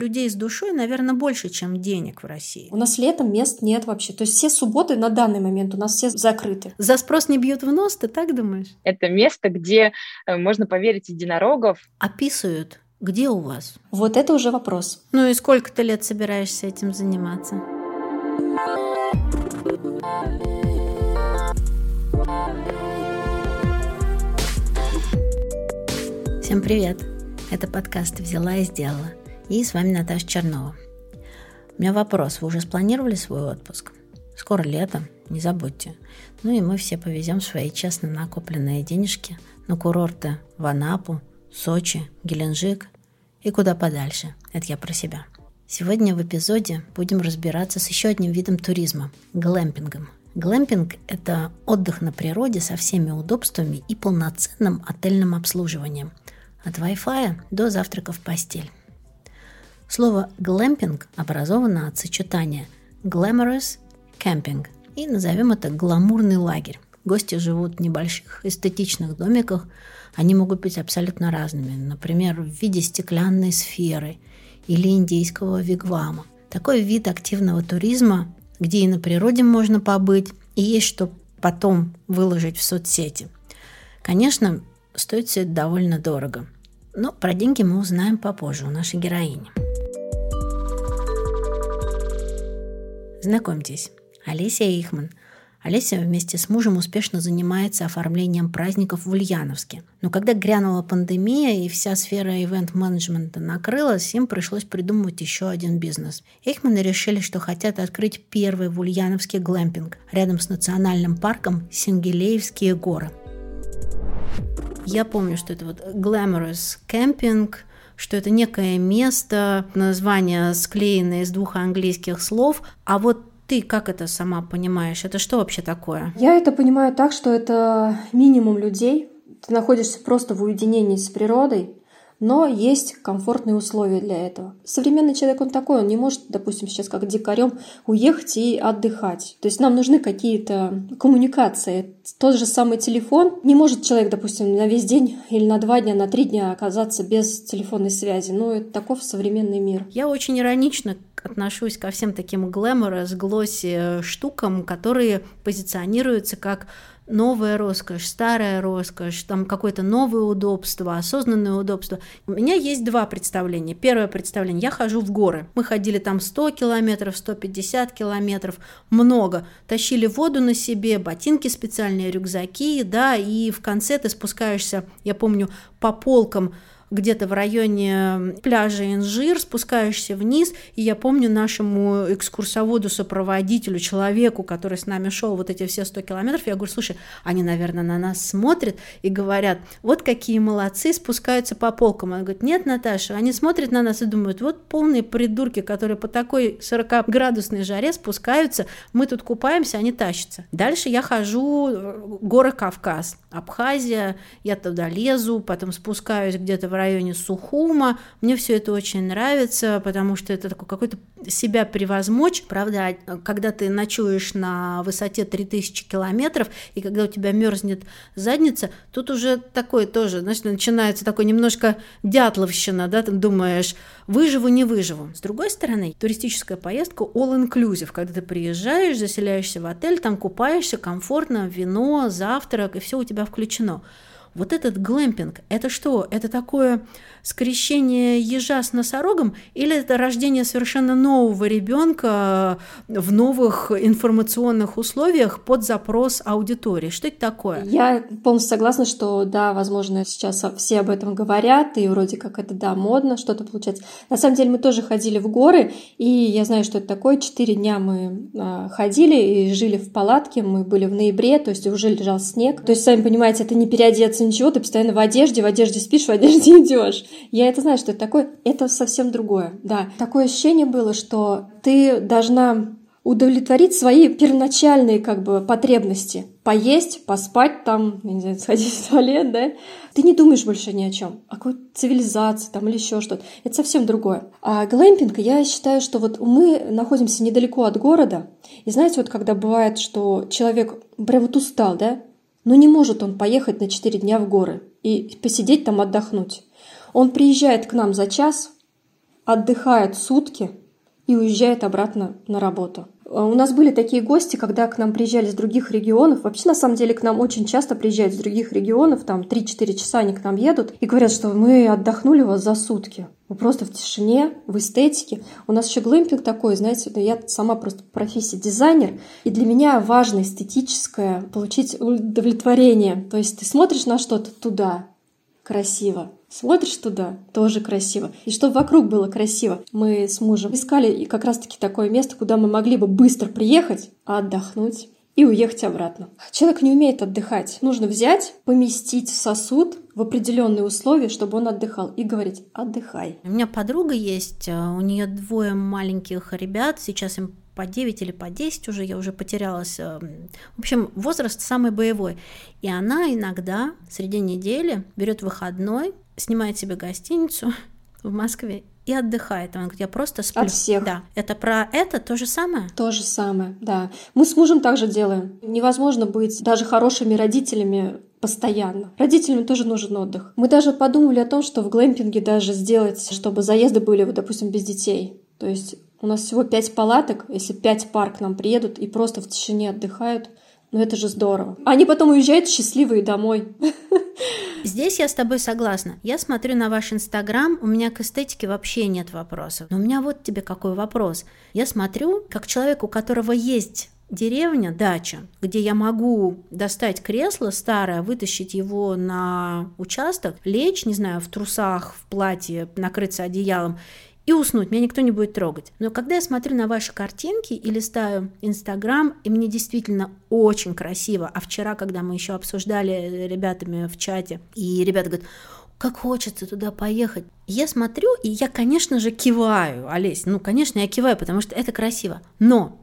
Людей с душой, наверное, больше, чем денег в России. У нас летом мест нет вообще. То есть все субботы на данный момент у нас все закрыты. За спрос не бьют в нос, ты так думаешь? Это место, где можно поверить единорогов. Описывают. Где у вас? Вот это уже вопрос. Ну и сколько ты лет собираешься этим заниматься? Всем привет! Это подкаст «Взяла и сделала». И с вами Наташа Чернова. У меня вопрос. Вы уже спланировали свой отпуск? Скоро лето, не забудьте. Ну и мы все повезем свои честно накопленные денежки на курорты в Анапу, Сочи, Геленджик и куда подальше. Это я про себя. Сегодня в эпизоде будем разбираться с еще одним видом туризма – глэмпингом. Глэмпинг – это отдых на природе со всеми удобствами и полноценным отельным обслуживанием. От Wi-Fi до завтрака в постель. Слово «глэмпинг» образовано от сочетания «glamorous camping» и назовем это «гламурный лагерь». Гости живут в небольших эстетичных домиках. Они могут быть абсолютно разными. Например, в виде стеклянной сферы или индейского вигвама. Такой вид активного туризма, где и на природе можно побыть, и есть что потом выложить в соцсети. Конечно, стоит все это довольно дорого. Но про деньги мы узнаем попозже у нашей героини. Знакомьтесь, Олеся Ихман. Олеся вместе с мужем успешно занимается оформлением праздников в Ульяновске. Но когда грянула пандемия и вся сфера ивент-менеджмента накрылась, им пришлось придумывать еще один бизнес. Ихманы решили, что хотят открыть первый в Ульяновске глэмпинг рядом с национальным парком Сингелеевские горы. Я помню, что это вот glamorous camping, что это некое место, название склеенное из двух английских слов. А вот ты как это сама понимаешь? Это что вообще такое? Я это понимаю так, что это минимум людей. Ты находишься просто в уединении с природой, но есть комфортные условия для этого. Современный человек, он такой, он не может, допустим, сейчас как дикарем уехать и отдыхать. То есть нам нужны какие-то коммуникации. Тот же самый телефон. Не может человек, допустим, на весь день или на 2 дня, на 3 дня оказаться без телефонной связи. Ну, это таков современный мир. Я очень иронично отношусь ко всем таким глэморос, глосси штукам, которые позиционируются как новая роскошь, старая роскошь, там какое-то новое удобство, осознанное удобство. У меня есть 2 представления. Первое представление – я хожу в горы. Мы ходили там 100 километров, 150 километров, много. Тащили воду на себе, ботинки специальные, рюкзаки, да, и в конце ты спускаешься, я помню, по полкам, где-то в районе пляжа Инжир, спускаешься вниз, и я помню нашему экскурсоводу-сопроводителю, человеку, который с нами шел вот эти все 100 километров, я говорю, слушай, они, наверное, на нас смотрят и говорят, вот какие молодцы, спускаются по полкам. Он говорит, нет, Наташа, они смотрят на нас и думают, вот полные придурки, которые по такой 40-градусной жаре спускаются, мы тут купаемся, они тащатся. Дальше я хожу горы Кавказ, Абхазия, я туда лезу, потом спускаюсь где-то в районе Сухума. Мне все это очень нравится, потому что это такой какой-то себя превозмочь. Правда, когда ты ночуешь на высоте 3000 километров, и когда у тебя мерзнет задница, тут уже такое тоже, значит, начинается такой немножко дятловщина, да, ты думаешь, выживу, не выживу. С другой стороны, туристическая поездка all-inclusive, когда ты приезжаешь, заселяешься в отель, там купаешься комфортно, вино, завтрак, и все у тебя включено. Вот этот глэмпинг, это что? Это такое скрещение ежа с носорогом или это рождение совершенно нового ребенка в новых информационных условиях под запрос аудитории? Что это такое? Я полностью согласна, что да, возможно, сейчас все об этом говорят, и вроде как это, да, модно что-то получается. На самом деле мы тоже ходили в горы, и я знаю, что это такое. 4 дня мы ходили и жили в палатке, мы были в ноябре, то есть уже лежал снег. То есть, сами понимаете, это не переодеться, ничего, ты постоянно в одежде спишь, в одежде идешь. Я это знаю, что это такое, это совсем другое, да. Такое ощущение было, что ты должна удовлетворить свои первоначальные потребности. Поесть, поспать там, я не знаю, сходить в туалет, да. Ты не думаешь больше ни о чем, о какой-то цивилизации там или еще что-то. Это совсем другое. А глэмпинг, я считаю, что вот мы находимся недалеко от города. И знаете, вот когда бывает, что человек прям вот устал, да, но не может он поехать на 4 дня в горы и посидеть там, отдохнуть. Он приезжает к нам за час, отдыхает сутки и уезжает обратно на работу. У нас были такие гости, когда к нам приезжали с других регионов. Вообще, на самом деле, к нам очень часто приезжают с других регионов, там 3-4 часа они к нам едут и говорят, что мы отдохнули у вас за сутки. Мы просто в тишине, в эстетике. У нас еще глэмпинг такой, знаете, я сама просто по профессии дизайнер, и для меня важно эстетическое получить удовлетворение. То есть ты смотришь на что-то туда, красиво. Смотришь туда, тоже красиво. И чтобы вокруг было красиво. Мы с мужем искали как раз-таки такое место, куда мы могли бы быстро приехать, отдохнуть и уехать обратно. Человек не умеет отдыхать. Нужно взять, поместить в сосуд в определенные условия, чтобы он отдыхал, и говорить: отдыхай. У меня подруга есть, у нее 2 маленьких ребят, сейчас им по 9 или по 10 уже, я уже потерялась. В общем, возраст самый боевой. И она иногда среди недели берет выходной, снимает себе гостиницу в Москве и отдыхает. Она говорит: я просто сплю. От всех. Да. Это про это то же самое? То же самое, да. Мы с мужем также делаем. Невозможно быть даже хорошими родителями постоянно. Родителям тоже нужен отдых. Мы даже подумали о том, что в глэмпинге даже сделать, чтобы заезды были, вот, допустим, без детей. То есть у нас всего 5 палаток, если 5 пар к нам приедут и просто в тишине отдыхают, ну это же здорово. Они потом уезжают счастливые домой. Здесь я с тобой согласна. Я смотрю на ваш Инстаграм, у меня к эстетике вообще нет вопросов. Но у меня вот тебе какой вопрос. Я смотрю, как человек, у которого есть деревня, дача, где я могу достать кресло старое, вытащить его на участок, лечь, не знаю, в трусах, в платье, накрыться одеялом и уснуть, меня никто не будет трогать. Но когда я смотрю на ваши картинки и листаю Инстаграм, и мне действительно очень красиво, а вчера, когда мы еще обсуждали ребятами в чате, и ребята говорят: как хочется туда поехать. Я смотрю, и я, конечно же, киваю, Олесь, конечно, я киваю, потому что это красиво. Но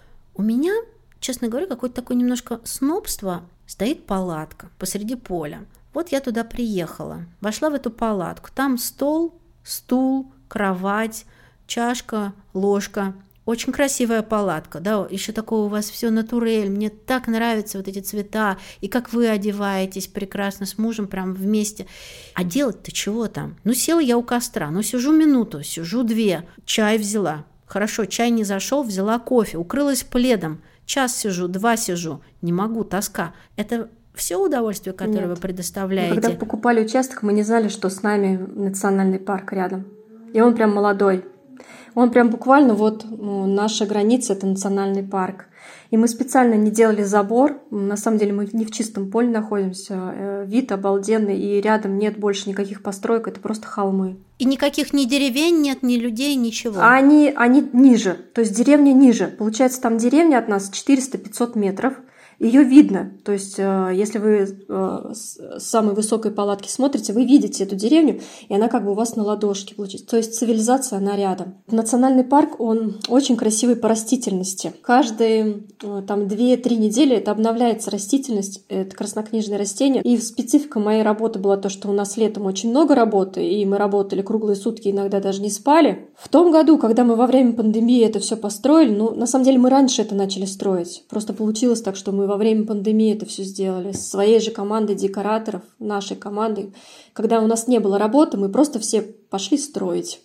у меня, честно говоря, какое-то такое немножко снобство. Стоит палатка посреди поля. Вот я туда приехала, вошла в эту палатку, там стол, стул, кровать, чашка, ложка. Очень красивая палатка, да, еще такое у вас все натурель. Мне так нравятся вот эти цвета, и как вы одеваетесь прекрасно с мужем прям вместе. А делать-то чего там? Села я у костра, сижу минуту, сижу 2, чай взяла. Хорошо, чай не зашел, взяла кофе, укрылась пледом. Час сижу, 2 сижу, не могу, тоска. Это все удовольствие, которое Нет. вы предоставляете? Когда покупали участок, мы не знали, что с нами национальный парк рядом. И он прям молодой. Он прям буквально наша граница — это национальный парк. И мы специально не делали забор. На самом деле мы не в чистом поле находимся. Вид обалденный, и рядом нет больше никаких построек, это просто холмы. И никаких ни деревень нет, ни людей, ничего? А они ниже, то есть деревня ниже. Получается, там деревня от нас 400-500 метров. Ее видно, то есть если вы с самой высокой палатки смотрите, вы видите эту деревню, и она как бы у вас на ладошке получится. То есть цивилизация, она рядом. Национальный парк, он очень красивый по растительности. Каждые 2-3 недели это обновляется растительность, это краснокнижные растения. И специфика моей работы была то, что у нас летом очень много работы, и мы работали круглые сутки, иногда даже не спали. В том году, когда мы во время пандемии это все построили, на самом деле мы раньше это начали строить. Просто получилось так, что мы во время пандемии это все сделали с своей же командой декораторов, нашей командой. Когда у нас не было работы, мы просто все пошли строить.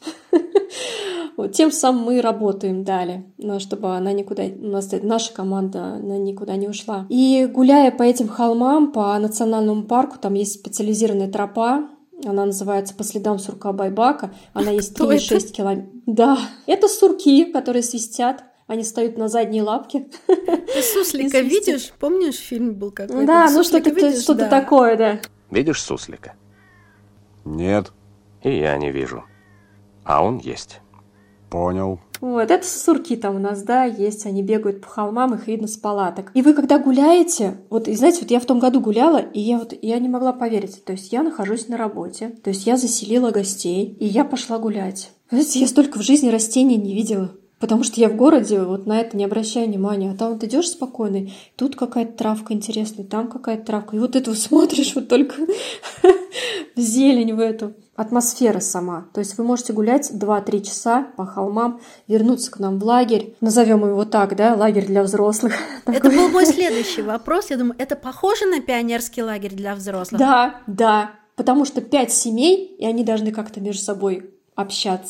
Тем самым мы работаем далее, чтобы она никуда, наша команда, она никуда не ушла. И гуляя по этим холмам, по национальному парку, там есть специализированная тропа, она называется «По следам сурка Байбака», она есть 3,6 километров. Да, это сурки, которые свистят. Они встают на задние лапки. Ты суслика видишь? Помнишь, фильм был какой-то? Да, что-то такое, да. Видишь суслика? Нет. И я не вижу. А он есть. Понял. Это сурки там у нас, да, есть. Они бегают по холмам, их видно с палаток. И вы когда гуляете, и знаете, я в том году гуляла, и я не могла поверить. То есть я нахожусь на работе, то есть я заселила гостей, и я пошла гулять. Знаете, я столько в жизни растений не видела. Потому что я в городе на это не обращаю внимания. А там идешь спокойно, тут какая-то травка интересная, там какая-то травка. И это смотришь только в зелень, в эту. Атмосфера сама. То есть вы можете гулять 2-3 часа по холмам, вернуться к нам в лагерь. Назовем его так, да, лагерь для взрослых. Это был мой следующий вопрос. Я думаю, это похоже на пионерский лагерь для взрослых? Да. Потому что 5 семей, и они должны как-то между собой общаться,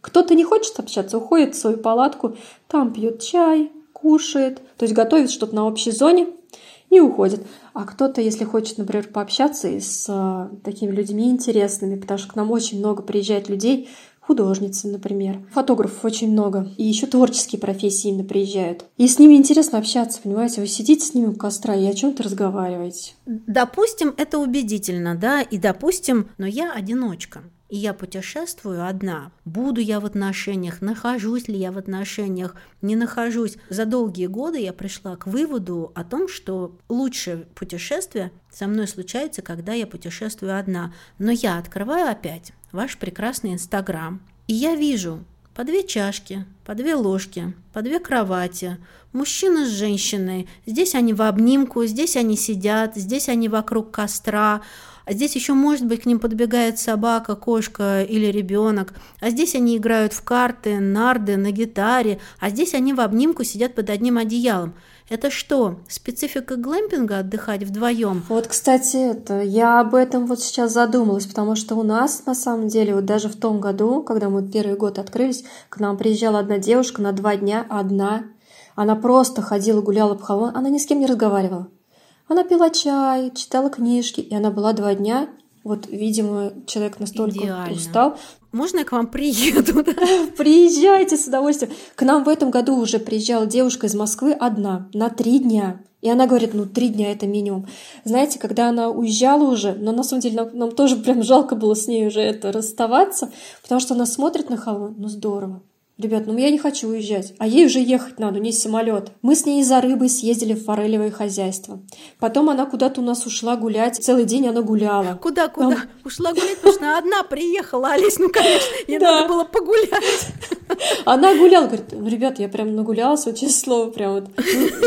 Кто-то не хочет общаться, уходит в свою палатку, там пьет чай, кушает, то есть готовит что-то на общей зоне и уходит. А кто-то, если хочет, например, пообщаться и с такими людьми интересными, потому что к нам очень много приезжает людей, художницы, например, фотографов очень много, и еще творческие профессии именно приезжают. И с ними интересно общаться, понимаете, вы сидите с ними у костра и о чем-то разговариваете. Допустим, это убедительно, да, и допустим, но я одиночка. И я путешествую одна. Буду я в отношениях, нахожусь ли я в отношениях, не нахожусь. За долгие годы я пришла к выводу о том, что лучшее путешествие со мной случается, когда я путешествую одна. Но я открываю опять ваш прекрасный Инстаграм, и я вижу по 2 чашки, по 2 ложки, по 2 кровати, мужчина с женщиной. Здесь они в обнимку, здесь они сидят, здесь они вокруг костра. А здесь еще, может быть, к ним подбегает собака, кошка или ребенок. А здесь они играют в карты, нарды, на гитаре. А здесь они в обнимку сидят под одним одеялом. Это что, специфика глэмпинга отдыхать вдвоем? Вот, кстати, я об этом вот сейчас задумалась, потому что у нас, на самом деле, вот даже в том году, когда мы первый год открылись, к нам приезжала одна девушка на 2 дня одна. Она просто ходила, гуляла по холму, она ни с кем не разговаривала. Она пила чай, читала книжки, и она была 2 дня. Вот, видимо, человек настолько Идеально. устал. Можно я к вам приеду? Приезжайте с удовольствием. К нам в этом году уже приезжала девушка из Москвы одна на 3 дня. И она говорит, 3 дня это минимум. Знаете, когда она уезжала уже, но на самом деле нам тоже прям жалко было с ней уже расставаться, потому что она смотрит на холм, здорово. Ребят, я не хочу уезжать, а ей уже ехать надо, у нее есть самолет. Мы с ней за рыбой съездили в форелевое хозяйство. Потом она куда-то у нас ушла гулять, целый день она гуляла. Куда? Ушла гулять, потому что она одна приехала, Олесь, конечно, ей надо было погулять. Она гуляла, говорит, ребят, я прям нагулялась, вот честное слово, прям вот.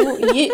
Ей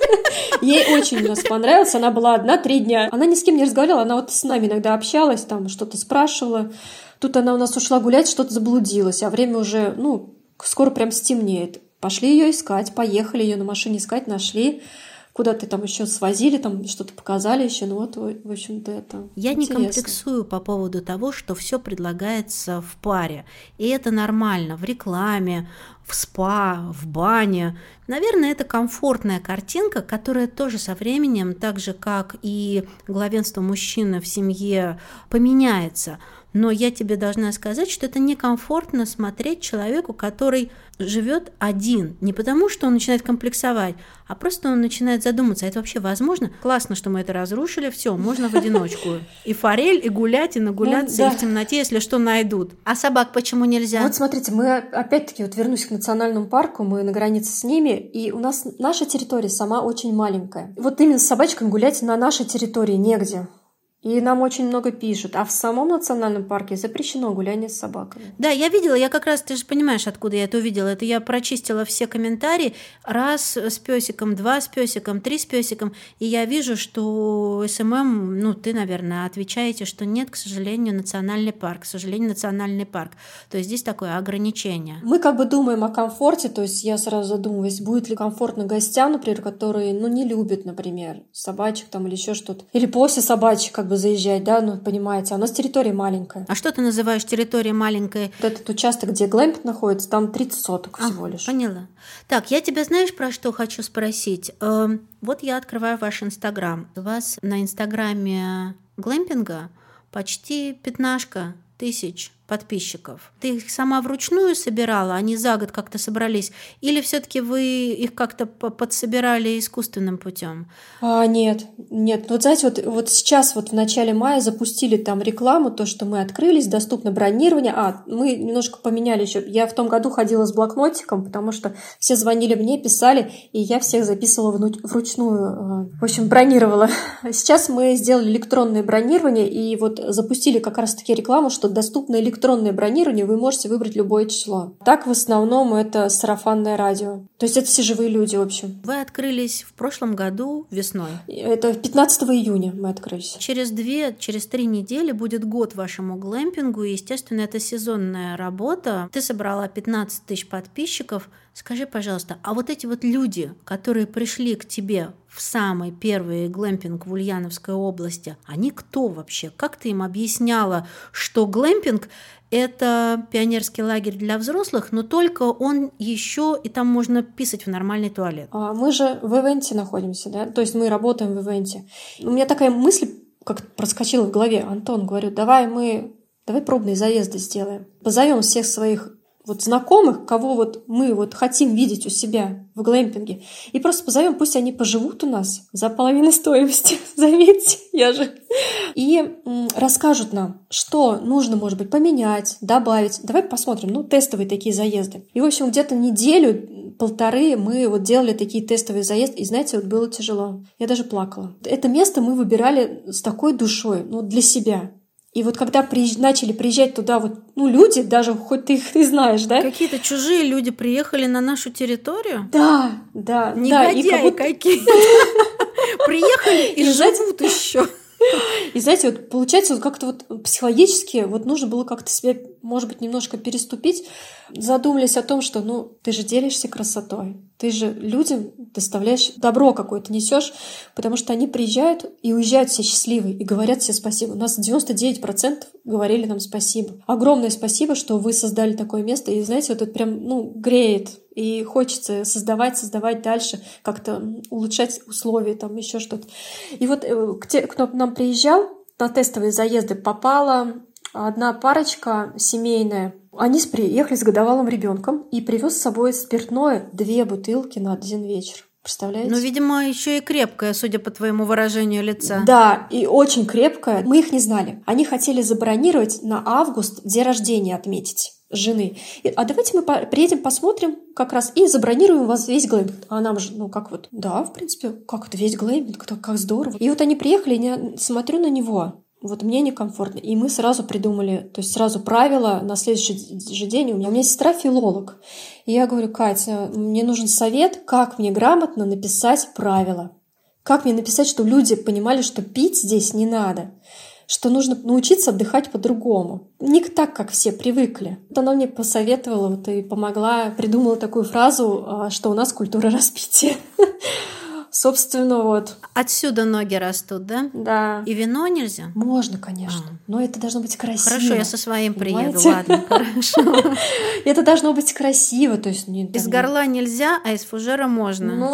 очень у нас понравилось, она была одна 3 дня. Она ни с кем не разговаривала, она вот с нами иногда общалась, там что-то спрашивала. Тут она у нас ушла гулять, что-то заблудилась, а время уже, скоро прям стемнеет. Пошли ее искать, поехали ее на машине искать, нашли. Куда-то там еще свозили, там что-то показали еще. В общем-то, это Я интересно. не комплексую по поводу того, что все предлагается в паре. И это нормально в рекламе, в спа, в бане. Наверное, это комфортная картинка, которая тоже со временем, так же, как и главенство мужчины в семье, поменяется. Но я тебе должна сказать, что это некомфортно смотреть человеку, который живет один. Не потому, что он начинает комплексовать, а просто он начинает задуматься, это вообще возможно? Классно, что мы это разрушили, все, можно в одиночку. И форель, и гулять, и нагуляться, и в темноте, если что, найдут. А собак почему нельзя? Вот смотрите, мы опять-таки вернусь к национальному парку, мы на границе с ними, и у нас наша территория сама очень маленькая. Вот именно с собачками гулять на нашей территории негде. И нам очень много пишут. А в самом национальном парке запрещено гуляние с собаками. Да, я видела, я как раз, ты же понимаешь, откуда я это увидела. Это я прочистила все комментарии. 1 с песиком, 2 с песиком, 3 с песиком. И я вижу, что СММ, ты, наверное, отвечаете, что нет, к сожалению, национальный парк. К сожалению, национальный парк. То есть здесь такое ограничение. Мы думаем о комфорте. То есть я сразу задумываюсь, будет ли комфортно гостям, например, которые, не любят, например, собачек там или еще что-то. Или после собачек заезжать, да, понимаете, а у нас территория маленькая. А что ты называешь территорией маленькой? Вот этот участок, где глэмпинг находится, там 30 соток всего лишь. Поняла. Так, я тебя знаешь, про что хочу спросить? Вот я открываю ваш Инстаграм. У вас на Инстаграме глэмпинга почти 15 тысяч подписчиков. Ты их сама вручную собирала, они за год как-то собрались? Или все-таки вы их как-то подсобирали искусственным путем? Нет. Вот знаете, вот сейчас в начале мая запустили там рекламу, то, что мы открылись, доступно бронирование. Мы немножко поменяли еще. Я в том году ходила с блокнотиком, потому что все звонили мне, писали, и я всех записывала вручную. В общем, бронировала. Сейчас мы сделали электронное бронирование и вот запустили как раз-таки рекламу, что доступно электронное бронирование, вы можете выбрать любое число. Так в основном это сарафанное радио. То есть это все живые люди, в общем. Вы открылись в прошлом году весной? Это 15 июня мы открылись. Через 3 недели будет год вашему глэмпингу, и, естественно, это сезонная работа. Ты собрала 15 тысяч подписчиков. Скажи, пожалуйста, а вот эти вот люди, которые пришли к тебе в самый первый глэмпинг в Ульяновской области, они кто вообще? Как ты им объясняла, что глэмпинг – это пионерский лагерь для взрослых, но только он еще и там можно писать в нормальный туалет? Мы же в ивенте находимся, да? То есть мы работаем в ивенте. У меня такая мысль как проскочила в голове. Антон, говорю, давай пробные заезды сделаем. Позовем всех своих знакомых, кого мы хотим видеть у себя в глэмпинге. И просто позовем, пусть они поживут у нас за половину стоимости. Заметьте, я же. И расскажут нам, что нужно, может быть, поменять, добавить. Давай посмотрим, тестовые такие заезды. И, в общем, где-то неделю-полторы мы делали такие тестовые заезды. И, знаете, было тяжело. Я даже плакала. Это место мы выбирали с такой душой, для себя. И когда начали приезжать туда люди, даже хоть ты их не знаешь, да? Какие-то чужие люди приехали на нашу территорию? Да. Негодяи какие-то. Приехали и живут еще. И знаете, получается, как-то психологически нужно было как-то себя, может быть, немножко переступить. Задумались о том, что ты же делишься красотой. Ты же людям доставляешь добро какое-то, несешь, потому что они приезжают и уезжают все счастливые и говорят все спасибо. У нас 99% говорили нам спасибо. Огромное спасибо, что вы создали такое место. И знаете, это прям, греет. И хочется создавать дальше, как-то улучшать условия, там еще что-то. И кто к нам приезжал на тестовые заезды, попала одна парочка семейная. Они приехали с годовалым ребенком и привез с собой спиртное 2 бутылки на один вечер. Представляете? Видимо, еще и крепкая, судя по твоему выражению лица. Да, и очень крепкая. Мы их не знали. Они хотели забронировать на август день рождения отметить жены. А давайте мы приедем, посмотрим как раз и забронируем у вас весь глэмпинг. А нам же, да, в принципе, как это весь глэмпинг, как здорово. И они приехали, и я смотрю на него. Мне некомфортно. И мы сразу придумали, то есть сразу правила на следующий же день. У меня сестра филолог. И я говорю, Катя, мне нужен совет, как мне грамотно написать правила. Как мне написать, чтобы люди понимали, что пить здесь не надо. Что нужно научиться отдыхать по-другому. Не так, как все привыкли. Она мне посоветовала и помогла, придумала такую фразу, что у нас культура распития. Собственно, Отсюда ноги растут, да? Да. И вино нельзя? Можно, конечно. Но это должно быть красиво. Хорошо, я со своим приеду, понимаете? ладно, хорошо. Это должно быть красиво. То есть, из горла нельзя, а из фужера можно.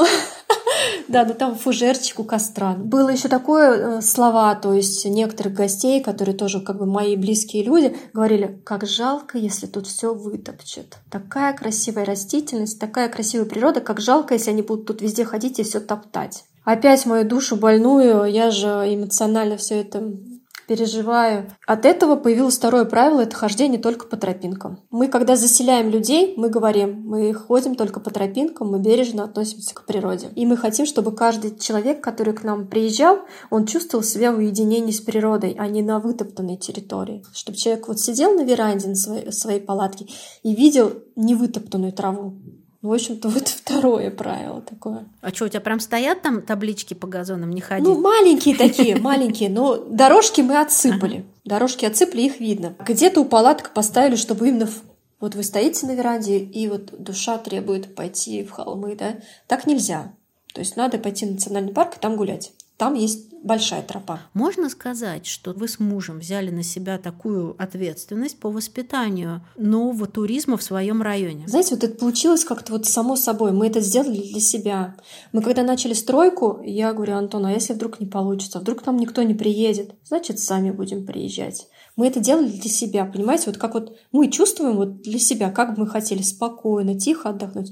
Да, там фужерчик у костра. Было еще такое слова, то есть некоторых гостей, которые тоже мои близкие люди, говорили, как жалко, если тут все вытопчет. Такая красивая растительность, такая красивая природа, как жалко, если они будут тут везде ходить и все топтать. Опять мою душу больную, я же эмоционально все это переживаю. От этого появилось второе правило — это хождение только по тропинкам. Мы, когда заселяем людей, мы говорим, мы ходим только по тропинкам, мы бережно относимся к природе. И мы хотим, чтобы каждый человек, который к нам приезжал, он чувствовал себя в уединении с природой, а не на вытоптанной территории. Чтобы человек сидел на веранде на своей палатке и видел невытоптанную траву. В общем-то, второе правило такое. А что, у тебя прям стоят там таблички по газонам, не ходить? Маленькие такие, маленькие, но дорожки мы отсыпали. Ага. Дорожки отсыпали, их видно. Где-то у палаток поставили, чтобы именно вы стоите на веранде, и душа требует пойти в холмы, да? Так нельзя. То есть надо пойти в национальный парк и там гулять. Там есть большая тропа. Можно сказать, что вы с мужем взяли на себя такую ответственность по воспитанию нового туризма в своем районе? Знаете, это получилось как-то само собой. Мы это сделали для себя. Мы когда начали стройку, я говорю, Антон, а если вдруг не получится? Вдруг к нам никто не приедет? Значит, сами будем приезжать. Мы это делали для себя, понимаете? Как мы чувствуем для себя, как бы мы хотели спокойно, тихо отдохнуть.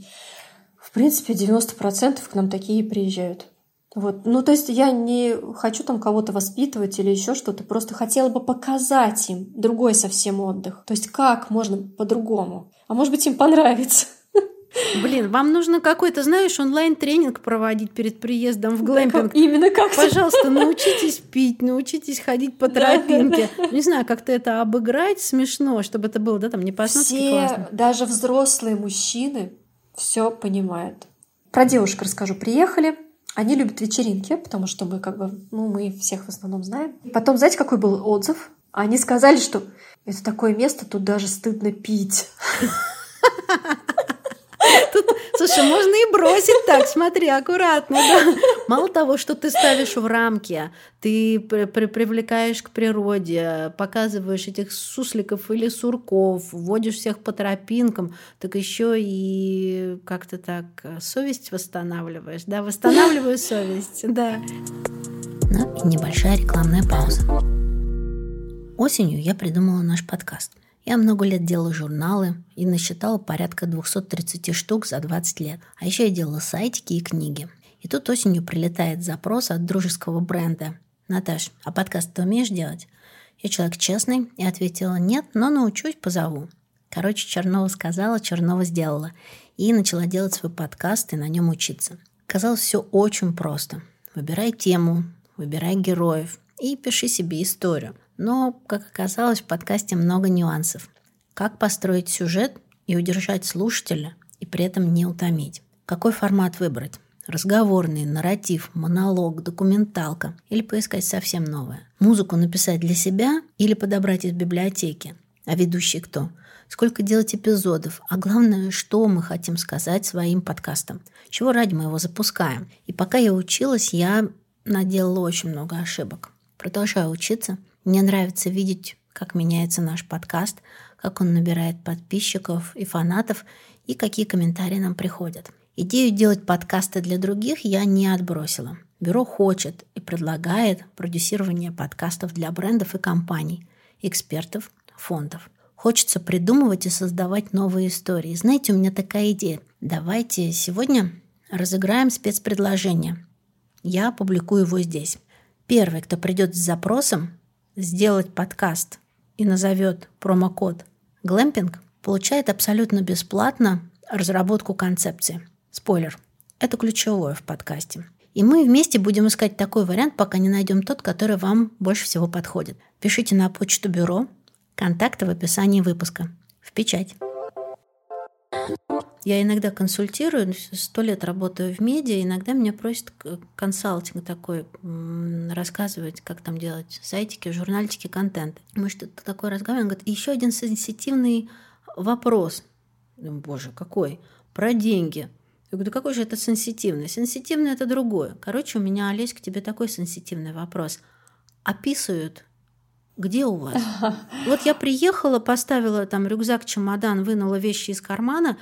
В принципе, 90% к нам такие приезжают. То есть я не хочу там кого-то воспитывать или еще что-то, просто хотела бы показать им другой совсем отдых. То есть как можно по-другому. А может быть, им понравится. Блин, вам нужно какой-то, онлайн-тренинг проводить перед приездом в глэмпинг. Именно как. Пожалуйста, научитесь пить, научитесь ходить по тропинке. Не знаю, как-то это обыграть смешно, чтобы это было, не по-основски классно. Все, даже взрослые мужчины все понимают. Про девушек расскажу. Приехали. Они любят вечеринки, потому что мы всех в основном знаем. Потом, знаете, какой был отзыв? Они сказали, что это такое место, тут даже стыдно пить. Слушай, можно и бросить так, смотри, аккуратно. Да? Мало того, что ты ставишь в рамки, ты привлекаешь к природе, показываешь этих сусликов или сурков, вводишь всех по тропинкам, так еще и как-то так совесть восстанавливаешь. Да, восстанавливаю совесть, да. Ну и небольшая рекламная пауза. Осенью я придумала наш подкаст. Я много лет делала журналы и насчитала порядка 230 штук за 20 лет. А еще я делала сайтики и книги. И тут осенью прилетает запрос от дружеского бренда. Наташ, а подкаст ты умеешь делать? Я человек честный и ответила: нет, но научусь, позову. Короче, Чернова сказала, Чернова сделала. И начала делать свой подкаст и на нем учиться. Казалось, все очень просто. Выбирай тему, выбирай героев и пиши себе историю. Но, как оказалось, в подкасте много нюансов. Как построить сюжет и удержать слушателя, и при этом не утомить? Какой формат выбрать? Разговорный, нарратив, монолог, документалка или поискать совсем новое? Музыку написать для себя или подобрать из библиотеки? А ведущий кто? Сколько делать эпизодов? А главное, что мы хотим сказать своим подкастом? Чего ради мы его запускаем? И пока я училась, я наделала очень много ошибок. Продолжаю учиться. Мне нравится видеть, как меняется наш подкаст, как он набирает подписчиков и фанатов, и какие комментарии нам приходят. Идею делать подкасты для других я не отбросила. Бюро хочет и предлагает продюсирование подкастов для брендов и компаний, экспертов, фондов. Хочется придумывать и создавать новые истории. Знаете, у меня такая идея. Давайте сегодня разыграем спецпредложение. Я опубликую его здесь. Первый, кто придет с запросом сделать подкаст и назовет промокод «Глэмпинг», получает абсолютно бесплатно разработку концепции. Спойлер, это ключевое в подкасте. И мы вместе будем искать такой вариант, пока не найдем тот, который вам больше всего подходит. Пишите на почту бюро, контакты в описании выпуска. В печать. Я иногда консультирую, 100 лет работаю в медиа, иногда меня просят консалтинг такой рассказывать, как там делать сайтики, журнальчики, контент. Мы что-то такое разговариваем, говорит, еще один сенситивный вопрос. Боже, какой? Про деньги. Я говорю, да какой же это сенситивный? Сенситивный – это другое. Короче, у меня, Олесь, к тебе такой сенситивный вопрос. Описывают, где у вас? Вот я приехала, поставила там рюкзак, чемодан, вынула вещи из кармана,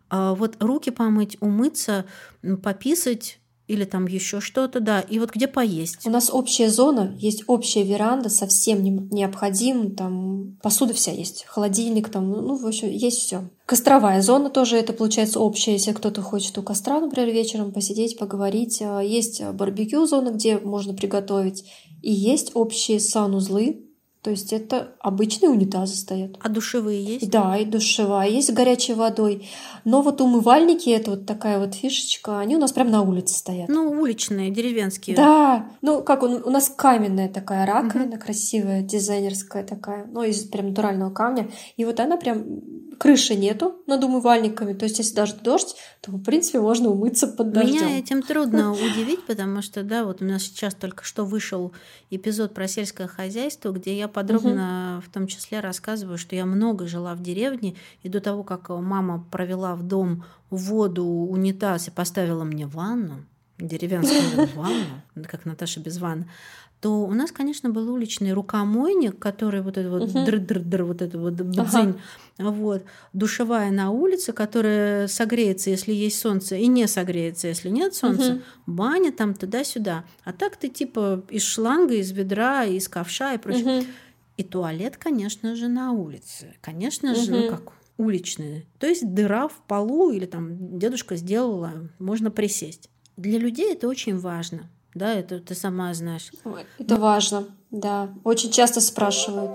вот руки помыть, умыться, пописать или там еще что-то, да, и вот где поесть. У нас общая зона, есть общая веранда со всем необходимым, там посуда вся есть, холодильник, там, ну, в общем, есть все. Костровая зона тоже, это получается общая, если кто-то хочет у костра, например, вечером посидеть, поговорить. Есть барбекю зона, где можно приготовить, и есть общие санузлы. То есть это обычные унитазы стоят. А душевые есть? Да, и душевая, есть с горячей водой. Но вот умывальники, это вот такая вот фишечка, они у нас прям на улице стоят. Ну, уличные, деревенские. Да, ну как у нас каменная такая раковина, красивая, дизайнерская такая, ну из прям натурального камня. И вот она прям, крыши нету над умывальниками, то есть если даже дождь, то в принципе можно умыться под дождем. Меня этим трудно удивить, потому что, да, вот у нас сейчас только что вышел эпизод про сельское хозяйство, где я подробно в том числе рассказываю, что я много жила в деревне, и до того, как мама провела в дом воду, унитаз и поставила мне ванну, деревенскую ванну, как Наташа без ванны, то у нас, конечно, был уличный рукомойник, который вот это вот др-др-др, вот это вот бдзынь, вот, душевая на улице, которая согреется, если есть солнце, и не согреется, если нет солнца, баня там туда-сюда. А так ты типа из шланга, из ведра, из ковша и прочее. И туалет, конечно же, на улице. Конечно же, ну как уличный. То есть дыра в полу или там дедушка сделала, можно присесть. Для людей это очень важно. Да, это ты сама знаешь. Это важно, да. Очень часто спрашивают.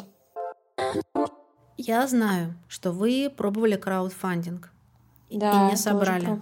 Я знаю, что вы пробовали краудфандинг Да, и не собрали.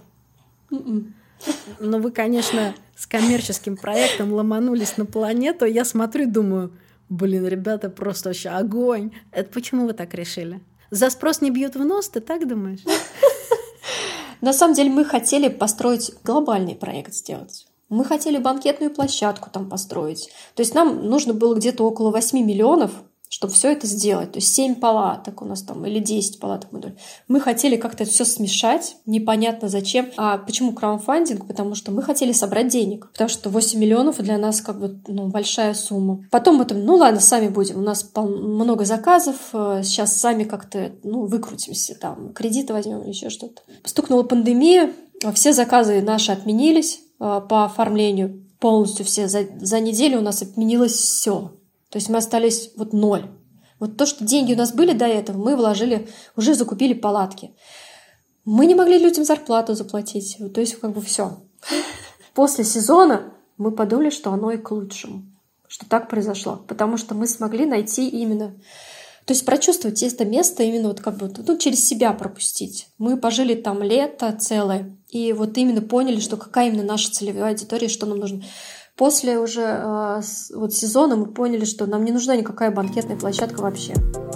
Но вы, конечно, с коммерческим проектом ломанулись на планету. Я смотрю и думаю, блин, ребята, просто вообще огонь. Это почему вы так решили? За спрос не бьют в нос, ты так думаешь? На самом деле мы хотели построить глобальный проект сделать. Мы хотели банкетную площадку там построить. То есть нам нужно было где-то около 8 миллионов, чтобы все это сделать. То есть 7 палаток у нас там или 10 палаток мы хотели как-то это все смешать, непонятно зачем. А почему краундфандинг? Потому что мы хотели собрать денег, потому что 8 миллионов для нас как бы большая сумма. Потом мы там, ладно, сами будем, у нас много заказов, сейчас сами как-то выкрутимся, там кредиты возьмем или еще что-то. Стукнула пандемия, все заказы наши отменились по оформлению полностью все. За неделю у нас отменилось все. То есть мы остались ноль. Вот то, что деньги у нас были до этого, мы вложили, уже закупили палатки. Мы не могли людям зарплату заплатить. То есть все. После сезона мы подумали, что оно и к лучшему, что так произошло. Потому что мы смогли найти именно... То есть прочувствовать это место, именно через себя пропустить. Мы пожили там лето целое, и именно поняли, что какая именно наша целевая аудитория, что нам нужно. После уже сезона мы поняли, что нам не нужна никакая банкетная площадка вообще.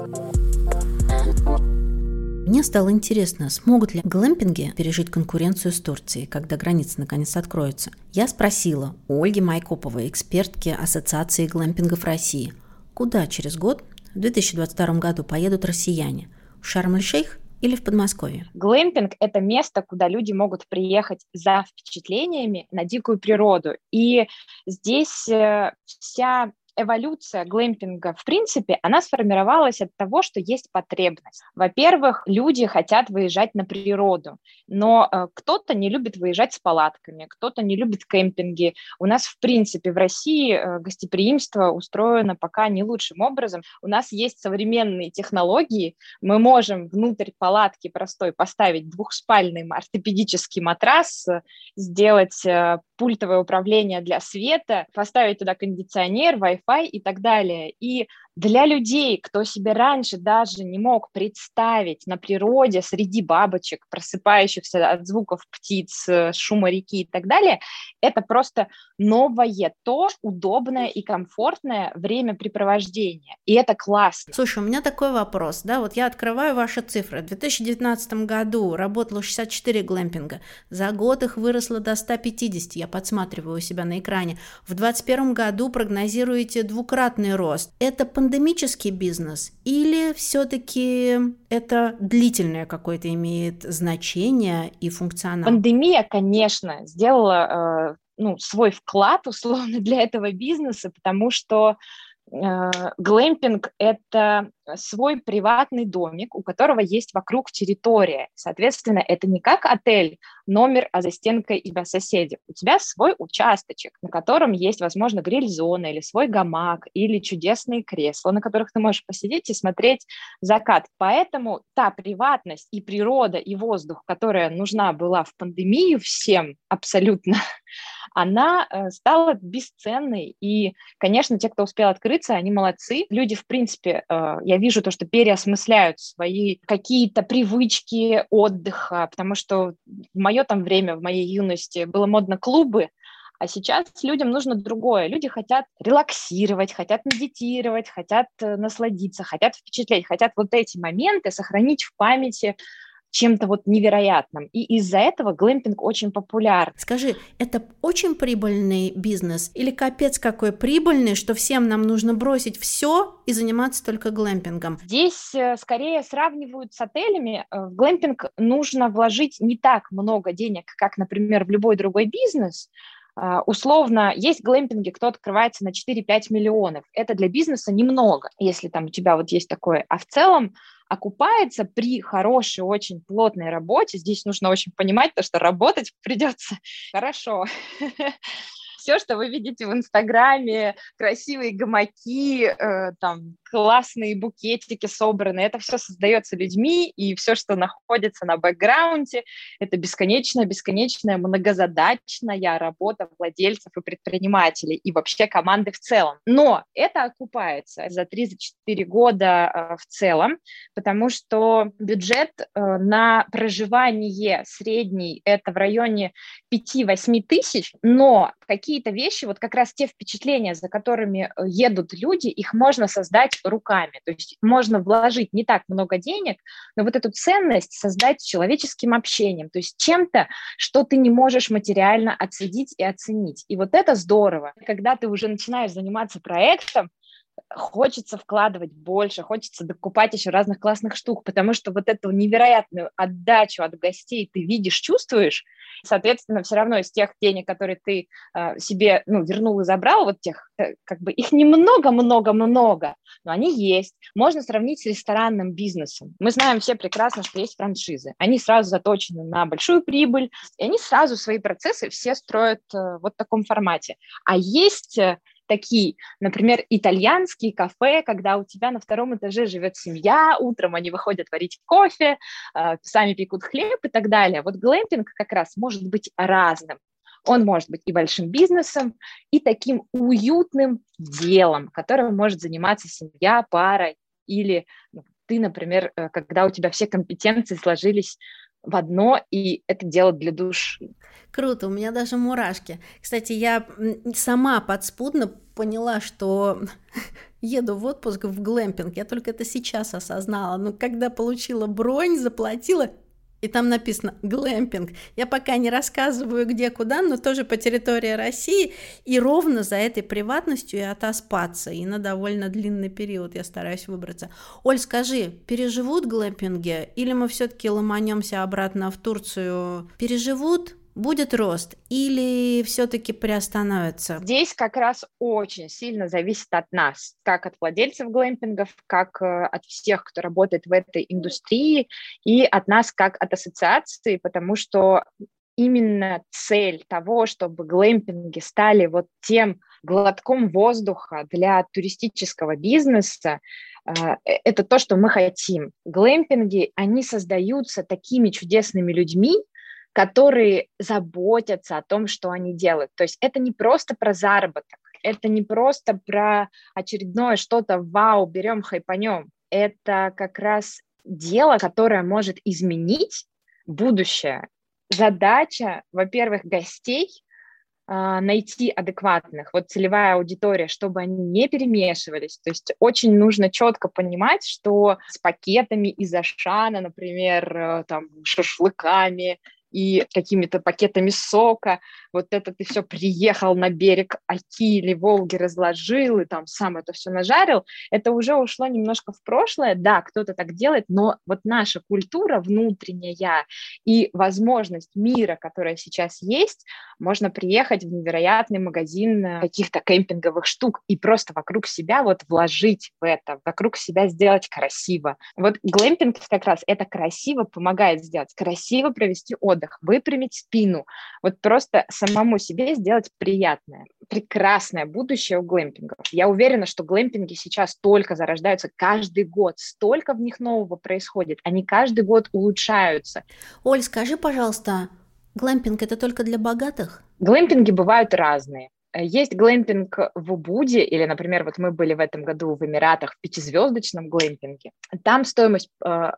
Мне стало интересно, смогут ли глэмпинги пережить конкуренцию с Турцией, когда границы наконец откроются. Я спросила у Ольги Майкоповой, экспертки Ассоциации глэмпингов России, куда через год, в 2022 году, поедут россияне? В Шарм-эль-Шейх или в Подмосковье? Глэмпинг – это место, куда люди могут приехать за впечатлениями на дикую природу. И здесь вся эволюция глэмпинга, в принципе, она сформировалась от того, что есть потребность. Во-первых, люди хотят выезжать на природу, но кто-то не любит выезжать с палатками, кто-то не любит кемпинги. У нас, в принципе, в России гостеприимство устроено пока не лучшим образом. У нас есть современные технологии, мы можем внутрь палатки простой поставить двухспальный ортопедический матрас, сделать пультовое управление для света, поставить туда кондиционер, Wi-Fi и так далее. И для людей, кто себе раньше даже не мог представить на природе среди бабочек, просыпающихся от звуков птиц, шума реки и так далее, это просто новое, удобное и комфортное времяпрепровождение. И это классно. Слушай, у меня такой вопрос. Я открываю ваши цифры. В 2019 году работало 64 глэмпинга. За год их выросло до 150. Я подсматриваю у себя на экране. В 2021 году прогнозируете двукратный рост. Это пандемический бизнес или все-таки это длительное какое-то имеет значение и функционал? Пандемия, конечно, сделала свой вклад, условно, для этого бизнеса, потому что глэмпинг – это свой приватный домик, у которого есть вокруг территория. Соответственно, это не как отель, номер, а за стенкой тебя соседи. У тебя свой участочек, на котором есть, возможно, гриль-зона или свой гамак, или чудесные кресла, на которых ты можешь посидеть и смотреть закат. Поэтому та приватность и природа, и воздух, которая нужна была в пандемию всем абсолютно, она стала бесценной. И, конечно, те, кто успел открыться, они молодцы. Люди, в принципе, я вижу то, что переосмысляют свои какие-то привычки отдыха, потому что в мое там время, в моей юности было модно клубы, а сейчас людям нужно другое. Люди хотят релаксировать, хотят медитировать, хотят насладиться, хотят впечатлять, хотят эти моменты сохранить в памяти чем-то невероятным. И из-за этого глэмпинг очень популярен. Скажи, это очень прибыльный бизнес или капец какой прибыльный, что всем нам нужно бросить все и заниматься только глэмпингом? Здесь скорее сравнивают с отелями. В глэмпинг нужно вложить не так много денег, как, например, в любой другой бизнес. Условно, есть глэмпинги, кто открывается на 4-5 миллионов. Это для бизнеса немного, если там у тебя есть такое. А в целом окупается при хорошей, очень плотной работе. Здесь нужно очень понимать то, что работать придется хорошо. Все, что вы видите в Инстаграме, красивые гамаки, там классные букетики собраны, это все создается людьми, и все, что находится на бэкграунде, это бесконечная многозадачная работа владельцев и предпринимателей, и вообще команды в целом. Но это окупается за 3-4 года в целом, потому что бюджет на проживание средний это в районе 5-8 тысяч, но какие-то вещи, как раз те впечатления, за которыми едут люди, их можно создать руками. То есть можно вложить не так много денег, но эту ценность создать человеческим общением, то есть чем-то, что ты не можешь материально отследить и оценить. И это здорово. Когда ты уже начинаешь заниматься проектом, хочется вкладывать больше, хочется докупать еще разных классных штук, потому что вот эту невероятную отдачу от гостей ты видишь, чувствуешь, соответственно, все равно из тех денег, которые ты себе вернул и забрал, вот тех, как бы их немного-много-много, но они есть. Можно сравнить с ресторанным бизнесом. Мы знаем все прекрасно, что есть франшизы. Они сразу заточены на большую прибыль, и они сразу свои процессы все строят вот в таком формате. А есть такие, например, итальянские кафе, когда у тебя на втором этаже живет семья, утром они выходят варить кофе, сами пекут хлеб и так далее. Вот глэмпинг как раз может быть разным. Он может быть и большим бизнесом, и таким уютным делом, которым может заниматься семья, пара, или ты, например, когда у тебя все компетенции сложились в одно, и это дело для души. Круто, у меня даже мурашки. Кстати, я сама подспудно поняла, что еду в отпуск в глэмпинг. Я только это сейчас осознала. Но когда получила бронь, заплатила, и там написано «глэмпинг». Я пока не рассказываю, где, куда, но тоже по территории России. И ровно за этой приватностью и отоспаться. И на довольно длинный период я стараюсь выбраться. Оль, скажи, переживут глэмпинги? Или мы все-таки ломанемся обратно в Турцию? Переживут? Будет рост или все-таки приостановится? Здесь как раз очень сильно зависит от нас, как от владельцев глэмпингов, как от всех, кто работает в этой индустрии, и от нас как от ассоциации, потому что именно цель того, чтобы глэмпинги стали вот тем глотком воздуха для туристического бизнеса, это то, что мы хотим. Глэмпинги, они создаются такими чудесными людьми, которые заботятся о том, что они делают. То есть это не просто про заработок, это не просто про очередное что-то вау, берем, хайпанем. Это как раз дело, которое может изменить будущее. Задача, во-первых, гостей найти адекватных, вот целевая аудитория, чтобы они не перемешивались. То есть очень нужно четко понимать, что с пакетами из Ашана, например, там, шашлыками и какими-то пакетами сока, вот это ты все приехал на берег Оки или Волги, разложил и там сам это все нажарил, это уже ушло немножко в прошлое. Да, кто-то так делает, но вот наша культура внутренняя и возможность мира, которая сейчас есть, можно приехать в невероятный магазин каких-то кемпинговых штук и просто вокруг себя вот вложить в это, вокруг себя сделать красиво. Вот глэмпинг как раз это красиво помогает сделать, красиво провести отдых, выпрямить спину, вот просто самому себе сделать приятное. Прекрасное будущее у глэмпингов. Я уверена, что глэмпинги сейчас только зарождаются каждый год, столько в них нового происходит, они каждый год улучшаются. Оль, скажи, пожалуйста, глэмпинг это только для богатых? Глэмпинги бывают разные. Есть глэмпинг в Убуде, или, например, вот мы были в этом году в Эмиратах в 5-звездочном глэмпинге. Там стоимость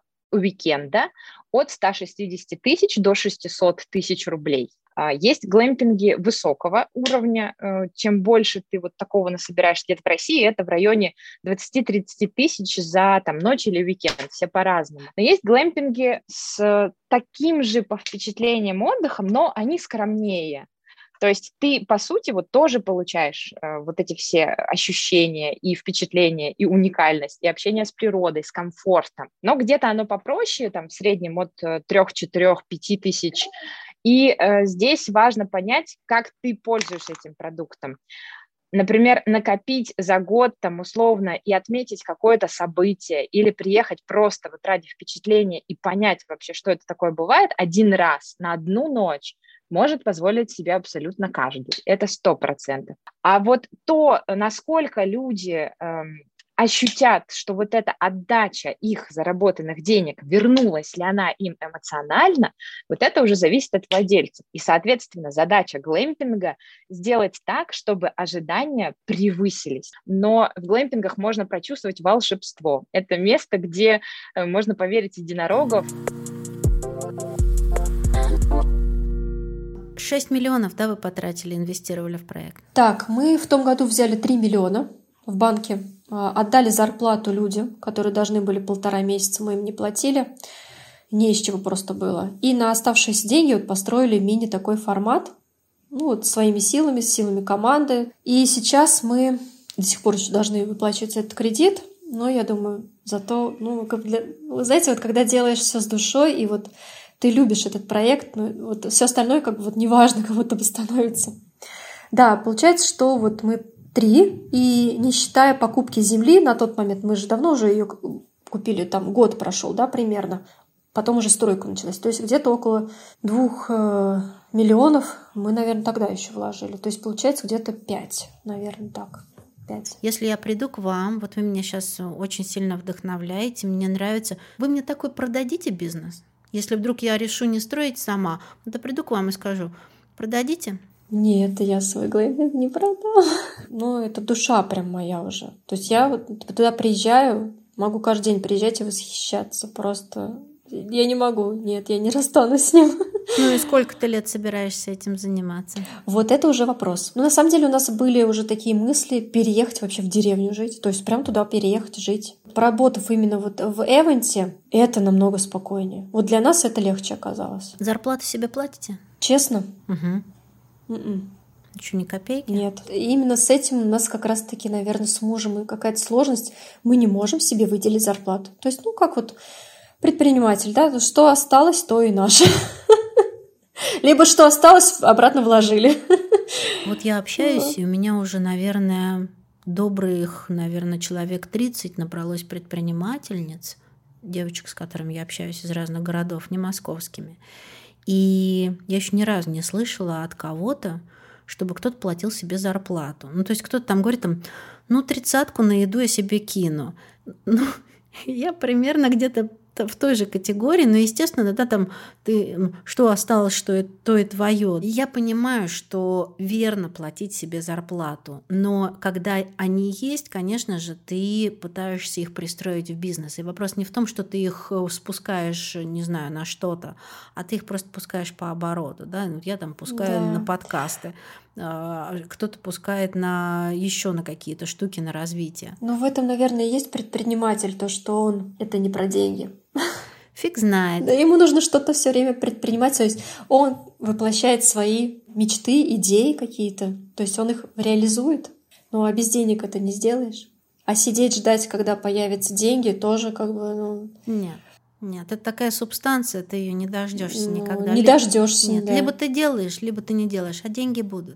уикенда от 160 тысяч до 600 тысяч рублей. Есть глэмпинги высокого уровня. Чем больше ты вот такого насобираешь где-то в России, это в районе 20-30 тысяч за там, ночь или уикенд. Все по-разному. Но есть глэмпинги с таким же по впечатлениям отдыхом, но они скромнее. То есть ты, по сути, вот тоже получаешь вот эти все ощущения и впечатления, и уникальность, и общение с природой, с комфортом. Но где-то оно попроще, там в среднем от 3, 4, 5 тысяч. И здесь важно понять, как ты пользуешься этим продуктом. Например, накопить за год там условно и отметить какое-то событие или приехать просто вот ради впечатления и понять вообще, что это такое бывает один раз на одну ночь, может позволить себе абсолютно каждый. Это 100%. А вот то, насколько люди ощутят, что вот эта отдача их заработанных денег, вернулась ли она им эмоционально, вот это уже зависит от владельцев. И, соответственно, задача глэмпинга сделать так, чтобы ожидания превысились. Но в глэмпингах можно прочувствовать волшебство. Это место, где можно поверить в единорогов. 6 миллионов, да, вы потратили, инвестировали в проект? Так, мы в том году взяли 3 миллиона в банке, отдали зарплату людям, которые должны были 1,5 месяца, мы им не платили, не из чего просто было. И на оставшиеся деньги вот построили мини такой формат, ну вот своими силами, с силами команды. И сейчас мы до сих пор еще должны выплачивать этот кредит, но я думаю, зато, вы знаете, вот когда делаешь все с душой, и вот ты любишь этот проект, вот все остальное как бы вот неважно, как будто бы становится. Да, получается, что вот мы 3, и не считая покупки земли, на тот момент мы же давно уже ее купили, там год прошел, да, примерно, потом уже стройка началась, то есть где-то около 2 миллионов мы, наверное, тогда еще вложили, то есть получается где-то 5, наверное, так. 5. Если я приду к вам, вот вы меня сейчас очень сильно вдохновляете, мне нравится, вы мне такой продадите бизнес? Если вдруг я решу не строить сама, то приду к вам и скажу, продадите? Нет, я свой глэмпинг не продала. Это душа прям моя уже. То есть я вот туда приезжаю, могу каждый день приезжать и восхищаться. Просто я не могу. Нет, я не расстанусь с ним. И сколько ты лет собираешься этим заниматься? Вот это уже вопрос. На самом деле у нас были уже такие мысли переехать вообще в деревню жить. То есть прям туда переехать жить. Поработав именно вот в Эвенте, это намного спокойнее. Вот для нас это легче оказалось. Зарплату себе платите? Честно? Угу. Еще ни копейки? Нет. Именно с этим у нас как раз-таки, наверное, с мужем и какая-то сложность. Мы не можем себе выделить зарплату. То есть, как вот предприниматель, да, что осталось, то и наше. Либо что осталось, обратно вложили. Вот я общаюсь, и у меня уже, наверное, добрых, человек 30 набралось предпринимательниц, девочек, с которыми я общаюсь из разных городов, не московскими. И я еще ни разу не слышала от кого-то, чтобы кто-то платил себе зарплату. То есть кто-то там говорит, 30-ку на еду я себе кину. Я примерно где-то в той же категории, но, естественно, да, там ты, что осталось, что то и твое. Я понимаю, что верно платить себе зарплату, но когда они есть, конечно же, ты пытаешься их пристроить в бизнес. И вопрос не в том, что ты их спускаешь, не знаю, на что-то, а ты их просто пускаешь по обороту. Да? Я там пускаю на подкасты, кто-то пускает еще на какие-то штуки, на развитие. В этом, наверное, и есть предприниматель, то, что он это не про деньги. Фиг знает. Да, ему нужно что-то все время предпринимать, то есть он воплощает свои мечты, идеи какие-то, то есть он их реализует, а без денег это не сделаешь. А сидеть ждать, когда появятся деньги, тоже как бы... Нет, это такая субстанция, ты ее не дождешься никогда. Не дождешься. Нет, да. Либо ты делаешь, либо ты не делаешь, а деньги будут.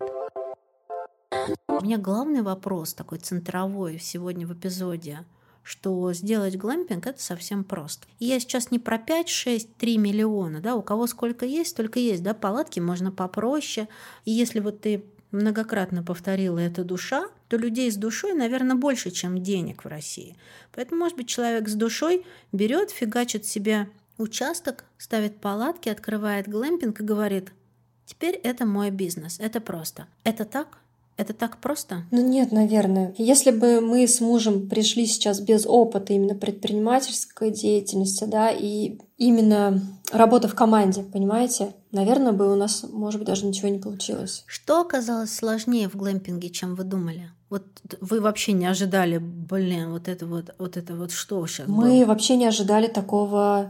У меня главный вопрос такой центровой сегодня в эпизоде, что сделать глэмпинг — это совсем просто. И я сейчас не про 5, 6, 3 миллиона, да, у кого сколько есть, столько есть, да, палатки можно попроще. И если вот ты многократно повторила «это душа», то людей с душой, наверное, больше, чем денег в России. Поэтому, может быть, человек с душой берет, фигачит себе участок, ставит палатки, открывает глэмпинг и говорит: теперь это мой бизнес, это просто. Это так? Это так просто? Нет, наверное. Если бы мы с мужем пришли сейчас без опыта именно предпринимательской деятельности, да, и именно работа в команде, понимаете, наверное, бы у нас, может быть, даже ничего не получилось. Что оказалось сложнее в глэмпинге, чем вы думали? Вот вы вообще не ожидали, вот это что сейчас было? Мы вообще не ожидали такого,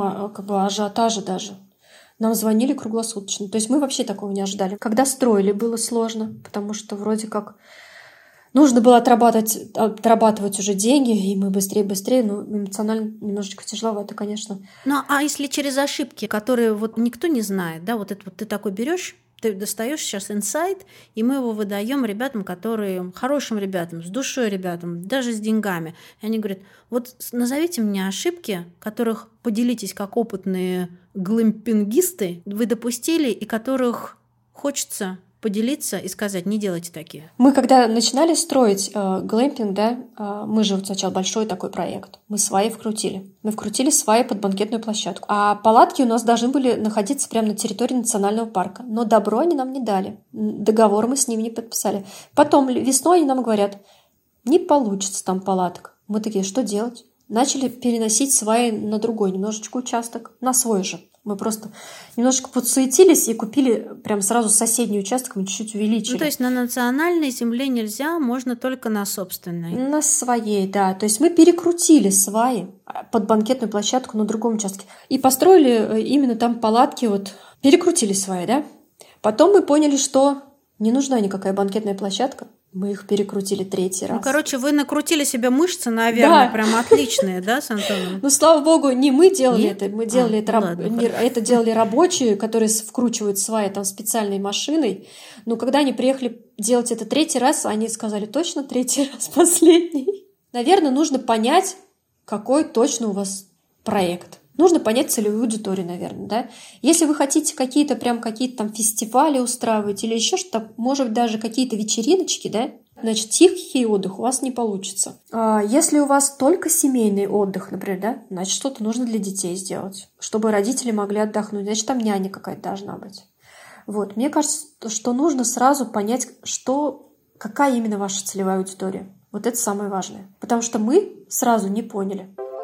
ажиотажа даже. Нам звонили круглосуточно. То есть мы вообще такого не ожидали. Когда строили, было сложно, потому что вроде как нужно было отрабатывать уже деньги, и мы быстрее, но эмоционально немножечко тяжеловато, конечно. А если через ошибки, которые вот никто не знает, да, вот это вот ты такой берешь, ты достаешь сейчас инсайт, и мы его выдаем ребятам, хорошим ребятам, с душой ребятам, даже с деньгами. И они говорят: вот назовите мне ошибки, которых, поделитесь как опытные глэмпингисты, вы допустили, и которых хочется поделиться и сказать: не делайте такие. Мы когда начинали строить глэмпинг, да, мы же сначала большой такой проект, мы сваи вкрутили. Мы вкрутили сваи под банкетную площадку. А палатки у нас должны были находиться прямо на территории национального парка. Но добро они нам не дали. Договор мы с ними не подписали. Потом весной они нам говорят: не получится там палаток. Мы такие: что делать? Начали переносить сваи на другой немножечко участок, на свой же. Мы просто немножечко подсуетились и купили прям сразу соседний участок, мы чуть-чуть увеличили. То есть на национальной земле нельзя, можно только на собственной? На своей, да. То есть мы перекрутили сваи под банкетную площадку на другом участке и построили именно там палатки, перекрутили сваи, да. Потом мы поняли, что не нужна никакая банкетная площадка. Мы их перекрутили 3-й раз. Ну, короче, вы накрутили себе мышцы, наверное, Да. прям отличные, да, с Антоном? Ну, слава богу, не мы делали Нет? это, мы делали это, ладно, это делали рабочие, которые вкручивают сваи там специальной машиной. Но когда они приехали делать это 3-й раз, они сказали, точно 3-й раз последний. Наверное, нужно понять, какой точно у вас проект. Нужно понять целевую аудиторию, наверное, да. Если вы хотите какие-то там фестивали устраивать или еще что-то, может быть, даже какие-то вечериночки, да, значит, тихий отдых у вас не получится. А если у вас только семейный отдых, например, да, значит, что-то нужно для детей сделать, чтобы родители могли отдохнуть. Значит, там няня какая-то должна быть. Вот. Мне кажется, что нужно сразу понять, какая именно ваша целевая аудитория. Вот это самое важное. Потому что мы сразу не поняли.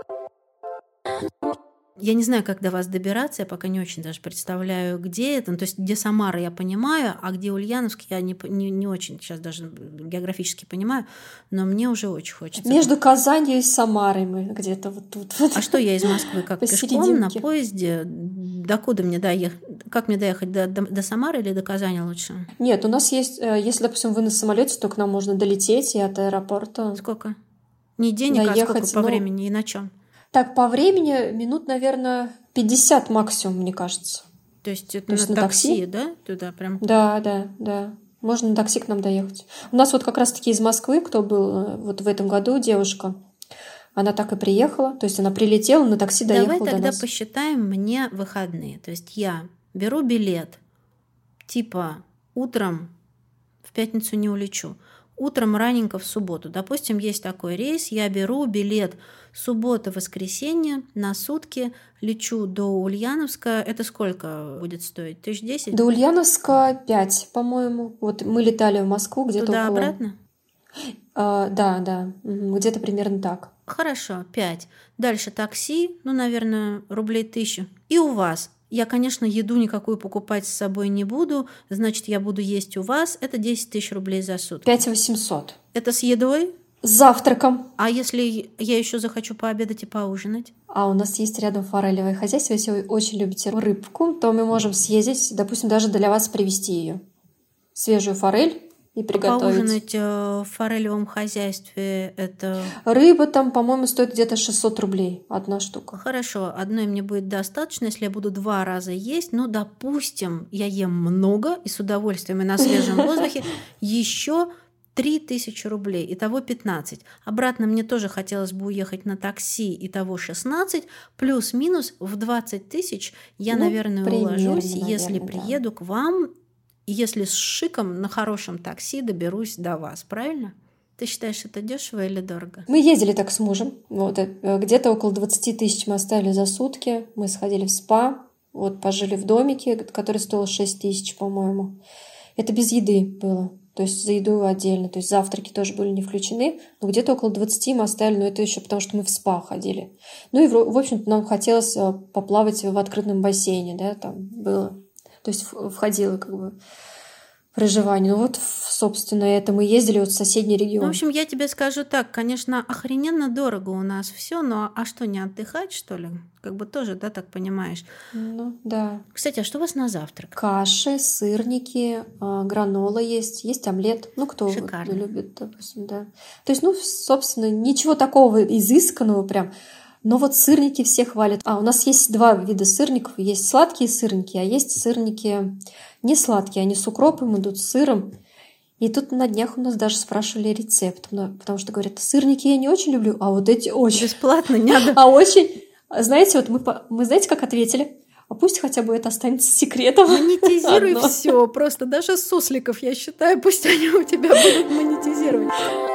Я не знаю, как до вас добираться, я пока не очень даже представляю, где это. Ну, то есть, где Самара, я понимаю, а где Ульяновск, я не очень сейчас даже географически понимаю, но мне уже очень хочется. Между Казанью и Самарой мы где-то вот тут. А что я из Москвы? Как пешком, на поезде? Докуда мне доехать? Как мне доехать? До Самары или до Казани лучше? Нет, у нас есть, если, допустим, вы на самолете, то к нам можно долететь и от аэропорта. Сколько? Не денег, доехать, а сколько по времени и на чем? Так, по времени минут, наверное, 50 максимум, мне кажется. То есть это на такси, да? Туда прям? Да. Можно на такси к нам доехать. У нас вот как раз-таки из Москвы, кто был вот в этом году, девушка, она так и приехала. То есть она прилетела, на такси доехала до нас. Давай тогда посчитаем мне выходные. То есть я беру билет, типа утром в пятницу не улечу, утром раненько в субботу. Допустим, есть такой рейс, я беру билет суббота-воскресенье на сутки, лечу до Ульяновска. Это сколько будет стоить? 1010? До Ульяновска 5, по-моему. Вот мы летали в Москву где-то около... Туда-обратно? Да. Где-то примерно так. Хорошо, 5. Дальше такси, наверное, рублей 1000. И у вас. Я, конечно, еду никакую покупать с собой не буду, значит, я буду есть у вас. Это 10 000 рублей за сутки. 5800. Это с едой? С завтраком. А если я еще захочу пообедать и поужинать? А у нас есть рядом форелевое хозяйство. Если вы очень любите рыбку, то мы можем съездить, допустим, даже для вас привезти ее. Свежую форель и приготовить. Поужинать в форелевом хозяйстве это... Рыба там, по-моему, стоит где-то 600 рублей одна штука. Хорошо, одной мне будет достаточно, если я буду 2 раза есть. Ну, допустим, я ем много и с удовольствием, и на свежем воздухе. Еще 3000 рублей, итого 15. Обратно мне тоже хотелось бы уехать на такси, итого 16, плюс-минус в 20 000 я, наверное, уложусь, если приеду к вам, если с шиком на хорошем такси доберусь до вас, правильно? Ты считаешь, это дешево или дорого? Мы ездили так с мужем, вот, где-то около 20 000 мы оставили за сутки, мы сходили в спа, вот, пожили в домике, который стоил 6 000, по-моему. Это без еды было. То есть за еду отдельно, то есть завтраки тоже были не включены, но где-то около 20 мы оставили, но это еще потому, что мы в спа ходили. Ну и, в общем-то, нам хотелось поплавать в открытом бассейне, да, там было, то есть входило как бы проживание. Ну вот, собственно, это мы ездили вот в соседний регион. Ну, в общем, я тебе скажу так, конечно, охрененно дорого у нас все, но а что, не отдыхать, что ли? Как бы тоже, да, так понимаешь? Ну, да. Кстати, а что у вас на завтрак? Каши, сырники, гранола есть омлет. Ну, кто любит, допустим, да. То есть, ну, собственно, ничего такого изысканного прям. Но вот сырники все хвалят. У нас есть 2 вида сырников. Есть сладкие сырники, а есть сырники не сладкие. Они с укропом идут, с сыром. И тут на днях у нас даже спрашивали рецепт. Потому что говорят, сырники я не очень люблю, а вот эти очень. Бесплатно, не надо. А очень... Знаете, вот мы знаете, как ответили? А пусть хотя бы это останется секретом. Монетизируй все. Просто даже сусликов, я считаю, пусть они у тебя будут монетизировать.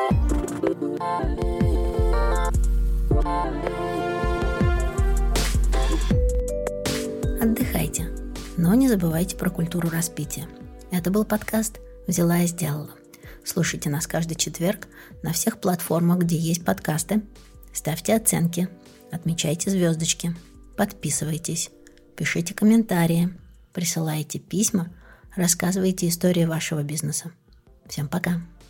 Отдыхайте, но не забывайте про культуру распития. Это был подкаст «Взяла и сделала». Слушайте нас каждый четверг на всех платформах, где есть подкасты. Ставьте оценки, отмечайте звездочки, подписывайтесь, пишите комментарии, присылайте письма, рассказывайте истории вашего бизнеса. Всем пока!